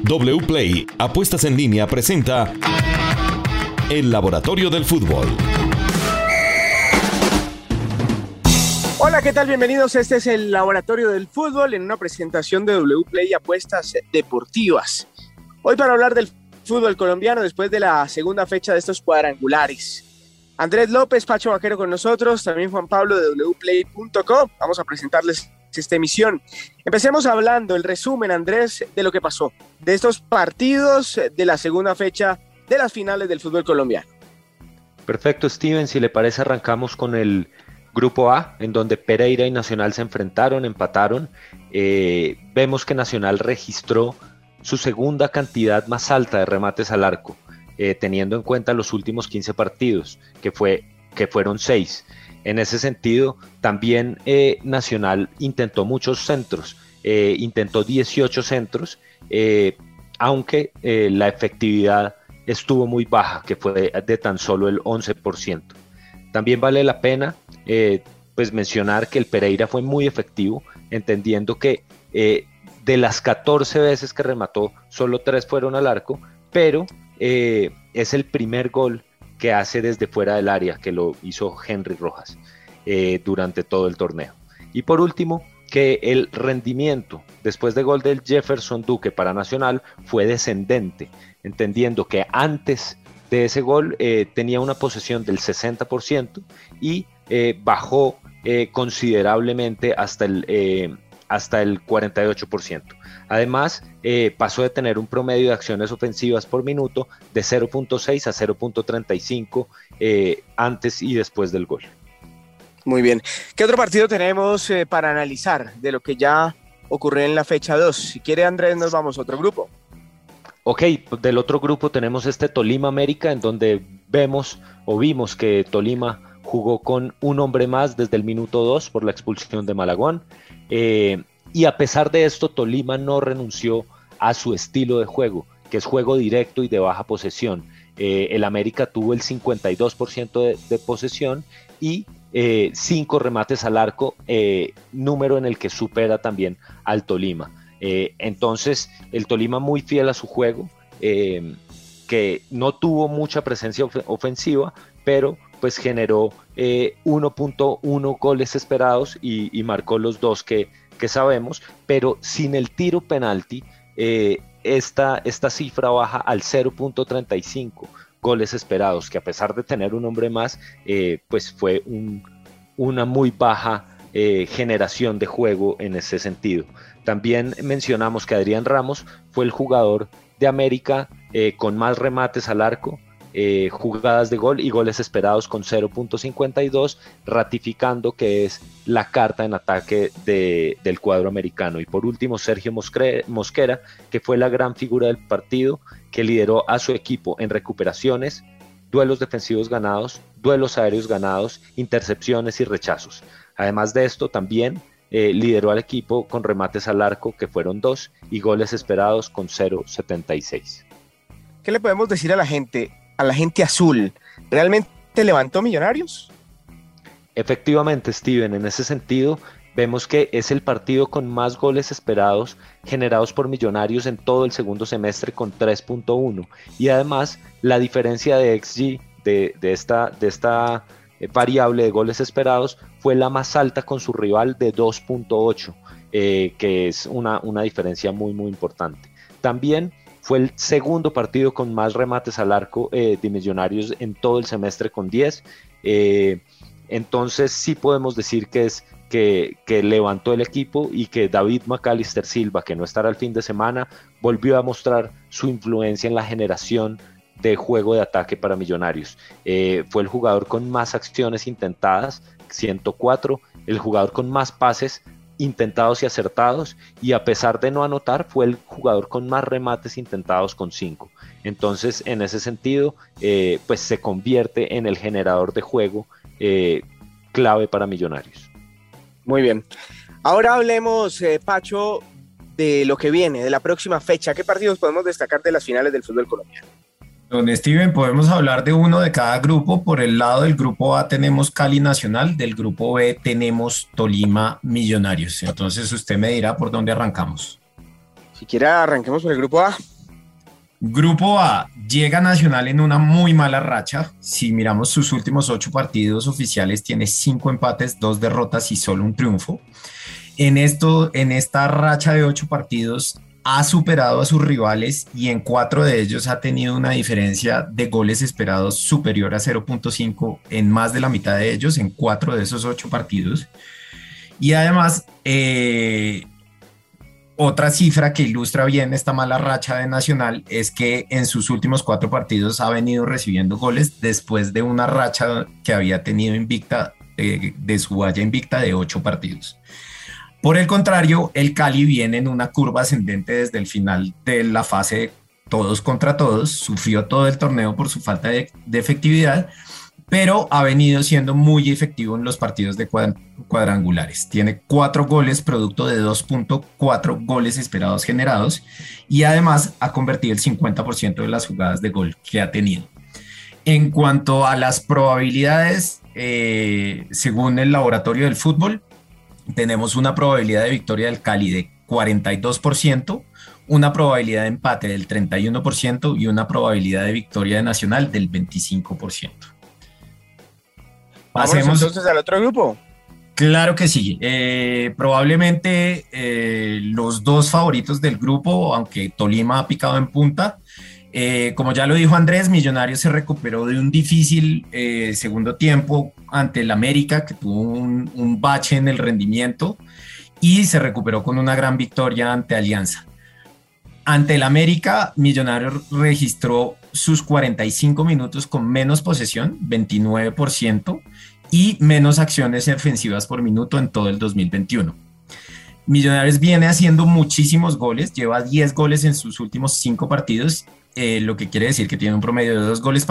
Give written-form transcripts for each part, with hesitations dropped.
WPlay Apuestas en Línea presenta El Laboratorio del Fútbol. Hola, ¿qué tal? Bienvenidos. Este es el Laboratorio del Fútbol en una presentación de WPlay Apuestas Deportivas. Hoy para hablar del fútbol colombiano después de la segunda fecha de estos cuadrangulares. Andrés López, Pacho Vaquero con nosotros, también Juan Pablo de wplay.co. Vamos a presentarles esta emisión. Empecemos hablando el resumen, Andrés, de lo que pasó, de estos partidos de la segunda fecha de las finales del fútbol colombiano. Perfecto, Steven, si le parece arrancamos con el Grupo A, en donde Pereira y Nacional se enfrentaron, empataron. Vemos que Nacional registró su segunda cantidad más alta de remates al arco, teniendo en cuenta los últimos 15 partidos, que fueron 6. En ese sentido, también Nacional intentó muchos centros, intentó 18 centros, aunque la efectividad estuvo muy baja, que fue de tan solo el 11%. También vale la pena pues mencionar que el Pereira fue muy efectivo, entendiendo que de las 14 veces que remató, solo 3 fueron al arco, pero es el primer gol que hace desde fuera del área, que lo hizo Henry Rojas durante todo el torneo. Y por último, que el rendimiento después del gol del Jefferson Duque para Nacional fue descendente, entendiendo que antes de ese gol tenía una posesión del 60% y bajó considerablemente hasta el 48%. Además, pasó de tener un promedio de acciones ofensivas por minuto de 0.6 a 0.35 antes y después del gol. Muy bien. ¿Qué otro partido tenemos para analizar de lo que ya ocurrió en la fecha 2? Si quiere, Andrés, nos vamos a otro grupo. Ok, del otro grupo tenemos este Tolima América, en donde vimos que Tolima jugó con un hombre más desde el minuto 2 por la expulsión de Malagón. Y a pesar de esto, Tolima no renunció a su estilo de juego, que es juego directo y de baja posesión. El América tuvo el 52% de posesión y 5 remates al arco, número en el que supera también al Tolima. Entonces, el Tolima muy fiel a su juego, que no tuvo mucha presencia ofensiva, pero pues generó 1.1 goles esperados y marcó los 2 que sabemos, pero sin el tiro penalti, esta cifra baja al 0.35 goles esperados, que a pesar de tener un hombre más, pues fue una muy baja generación de juego en ese sentido. También mencionamos que Adrián Ramos fue el jugador de América con más remates al arco, jugadas de gol y goles esperados con 0.52, ratificando que es la carta en ataque del cuadro americano. Y por último, Sergio Mosquera, que fue la gran figura del partido, que lideró a su equipo en recuperaciones, duelos defensivos ganados, duelos aéreos ganados, intercepciones y rechazos. Además de esto, también lideró al equipo con remates al arco, que fueron 2, y goles esperados con 0.76. ¿Qué le podemos decir a la gente azul? ¿Realmente levantó Millonarios? Efectivamente, Steven, en ese sentido vemos que es el partido con más goles esperados generados por Millonarios en todo el segundo semestre, con 3.1, y además la diferencia de XG de esta variable de goles esperados fue la más alta con su rival, de 2.8, que es una diferencia muy muy importante. También fue el segundo partido con más remates al arco de Millonarios en todo el semestre, con 10. Entonces sí podemos decir que levantó el equipo, y que David Macalister Silva, que no estará el fin de semana, volvió a mostrar su influencia en la generación de juego de ataque para Millonarios. Fue el jugador con más acciones intentadas, 104, el jugador con más pases intentados y acertados, y a pesar de no anotar, fue el jugador con más remates intentados, con 5. Entonces, en ese sentido, pues se convierte en el generador de juego clave para Millonarios. Muy bien. Ahora hablemos, Pacho, de lo que viene, de la próxima fecha. ¿Qué partidos podemos destacar de las finales del fútbol colombiano? Don Steven, podemos hablar de uno de cada grupo. Por el lado del grupo A tenemos Cali Nacional, del grupo B tenemos Tolima Millonarios. Entonces usted me dirá por dónde arrancamos. Si quiere, arranquemos por el grupo A. Grupo A, llega Nacional en una muy mala racha. Si miramos sus últimos 8 partidos oficiales, tiene 5 empates, 2 derrotas y solo un triunfo. En esta racha de 8 partidos, ha superado a sus rivales y en 4 de ellos ha tenido una diferencia de goles esperados superior a 0.5 en más de la mitad de ellos, en 4 de esos 8 partidos. Y además, otra cifra que ilustra bien esta mala racha de Nacional es que en sus últimos 4 partidos ha venido recibiendo goles después de una racha que había tenido invicta, de su valla invicta de 8 partidos. Por el contrario, el Cali viene en una curva ascendente desde el final de la fase todos contra todos, sufrió todo el torneo por su falta de efectividad, pero ha venido siendo muy efectivo en los partidos de cuadrangulares. Tiene 4 goles, producto de 2.4 goles esperados generados, y además ha convertido el 50% de las jugadas de gol que ha tenido. En cuanto a las probabilidades, según el Laboratorio del Fútbol, tenemos una probabilidad de victoria del Cali de 42%, una probabilidad de empate del 31% y una probabilidad de victoria de Nacional del 25%. Pasemos entonces al otro grupo. Claro que sí. Probablemente los 2 favoritos del grupo, aunque Tolima ha picado en punta. Como ya lo dijo Andrés, Millonarios se recuperó de un difícil segundo tiempo ante el América, que tuvo un bache en el rendimiento, y se recuperó con una gran victoria ante Alianza. Ante el América, Millonarios registró sus 45 minutos con menos posesión, 29%, y menos acciones ofensivas por minuto en todo el 2021. Millonarios viene haciendo muchísimos goles, lleva 10 goles en sus últimos 5 partidos, lo que quiere decir que tiene un promedio de 2 goles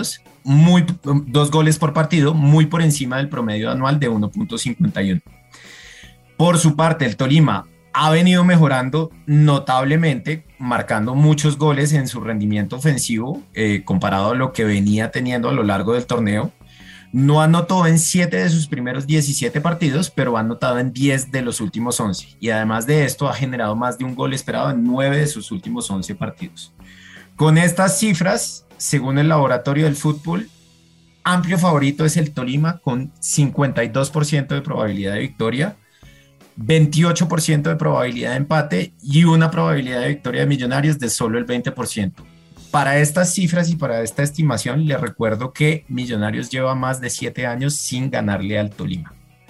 por partido, muy por encima del promedio anual de 1.51. Por su parte, el Tolima ha venido mejorando notablemente, marcando muchos goles en su rendimiento ofensivo, comparado a lo que venía teniendo a lo largo del torneo. No anotó en 7 de sus primeros 17 partidos, pero ha anotado en 10 de los últimos 11. Y además de esto, ha generado más de un gol esperado en 9 de sus últimos 11 partidos. Con estas cifras, según el Laboratorio del Fútbol, amplio favorito es el Tolima con 52% de probabilidad de victoria, 28% de probabilidad de empate y una probabilidad de victoria de Millonarios de solo el 20%. Para estas cifras y para esta estimación, les recuerdo que Millonarios lleva más de 7 años sin ganarle al Tolima.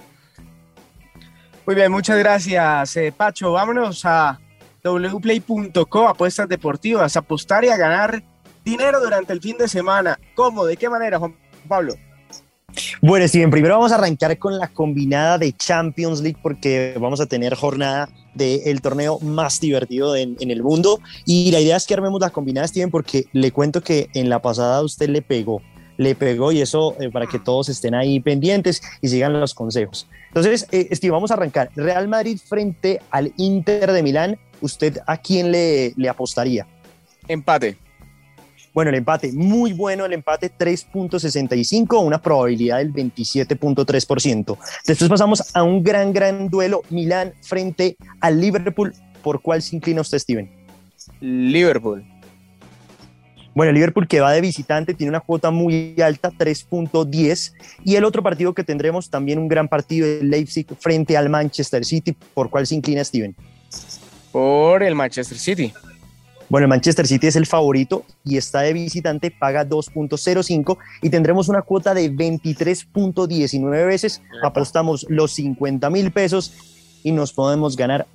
Muy bien, muchas gracias, Pacho. Vámonos a wplay.co, apuestas deportivas, apostar y a ganar dinero durante el fin de semana. ¿Cómo? ¿De qué manera, Juan Pablo? Bueno, Steven, primero vamos a arrancar con la combinada de Champions League porque vamos a tener jornada del torneo más divertido en el mundo, y la idea es que armemos la combinada, Steven, porque le cuento que en la pasada usted le pegó y eso para que todos estén ahí pendientes y sigan los consejos. Entonces, Steven, vamos a arrancar. Real Madrid frente al Inter de Milán. ¿Usted a quién le apostaría? Empate. Bueno, el empate, muy bueno el empate, 3.65, una probabilidad del 27.3%. Después pasamos a un gran duelo, Milán frente al Liverpool. ¿Por cuál se inclina usted, Steven? Liverpool. Bueno, el Liverpool, que va de visitante, tiene una cuota muy alta, 3.10. Y el otro partido que tendremos, también un gran partido, el Leipzig frente al Manchester City. ¿Por cuál se inclina, Steven? Por el Manchester City. Bueno, el Manchester City es el favorito y está de visitante, paga 2.05 y tendremos una cuota de 23.19 veces. Apostamos los 50,000 pesos y nos podemos ganar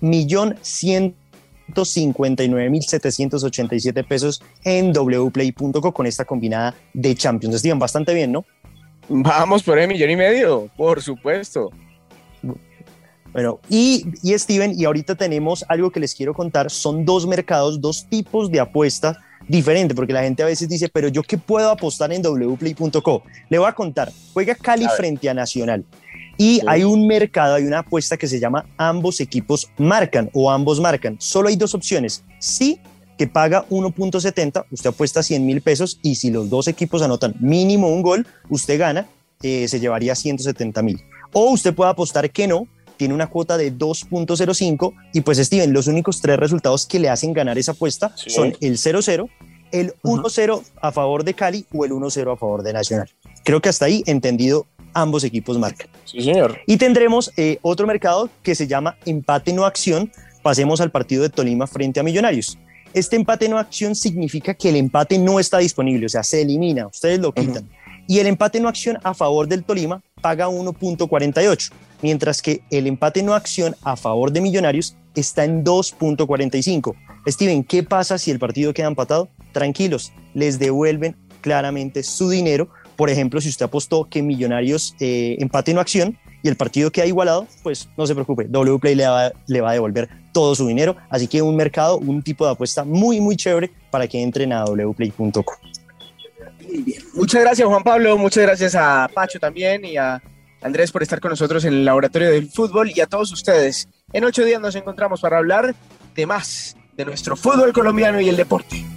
1.159.787 pesos en wplay.co con esta combinada de Champions. Steven, bastante bien, ¿no? Vamos por el 1,5 millones, por supuesto. Bueno, y Steven, y ahorita tenemos algo que les quiero contar. Son 2 mercados, 2 tipos de apuestas diferentes, porque la gente a veces dice, pero ¿yo qué puedo apostar en wplay.co? Le voy a contar. Juega Cali frente a Nacional y hay un mercado, hay una apuesta que se llama ambos equipos marcan o ambos marcan. Solo hay 2 opciones. Sí, que paga 1.70, usted apuesta 100,000 pesos y si los 2 equipos anotan mínimo un gol, usted gana, se llevaría 170,000. O usted puede apostar que no, tiene una cuota de 2.05 y pues Steven, los únicos 3 resultados que le hacen ganar esa apuesta son el 0-0, el 1-0 a favor de Cali o el 1-0 a favor de Nacional. Creo que hasta ahí, entendido, ambos equipos marcan. Sí, señor. Y tendremos otro mercado que se llama empate no acción. Pasemos al partido de Tolima frente a Millonarios. Este empate no acción significa que el empate no está disponible, o sea, se elimina, ustedes lo quitan. Y el empate no acción a favor del Tolima paga 1.48, mientras que el empate no acción a favor de Millonarios está en 2.45. Steven, ¿qué pasa si el partido queda empatado? Tranquilos, les devuelven claramente su dinero. Por ejemplo, si usted apostó que Millonarios empate no acción y el partido queda igualado, pues no se preocupe, Wplay le va a devolver todo su dinero. Así que un mercado, un tipo de apuesta muy, muy chévere para que entren a wplay.com. Muy bien. Muchas gracias, Juan Pablo. Muchas gracias a Pacho también y a Andrés por estar con nosotros en el Laboratorio del Fútbol, y a todos ustedes. En 8 días nos encontramos para hablar de más de nuestro fútbol colombiano y el deporte.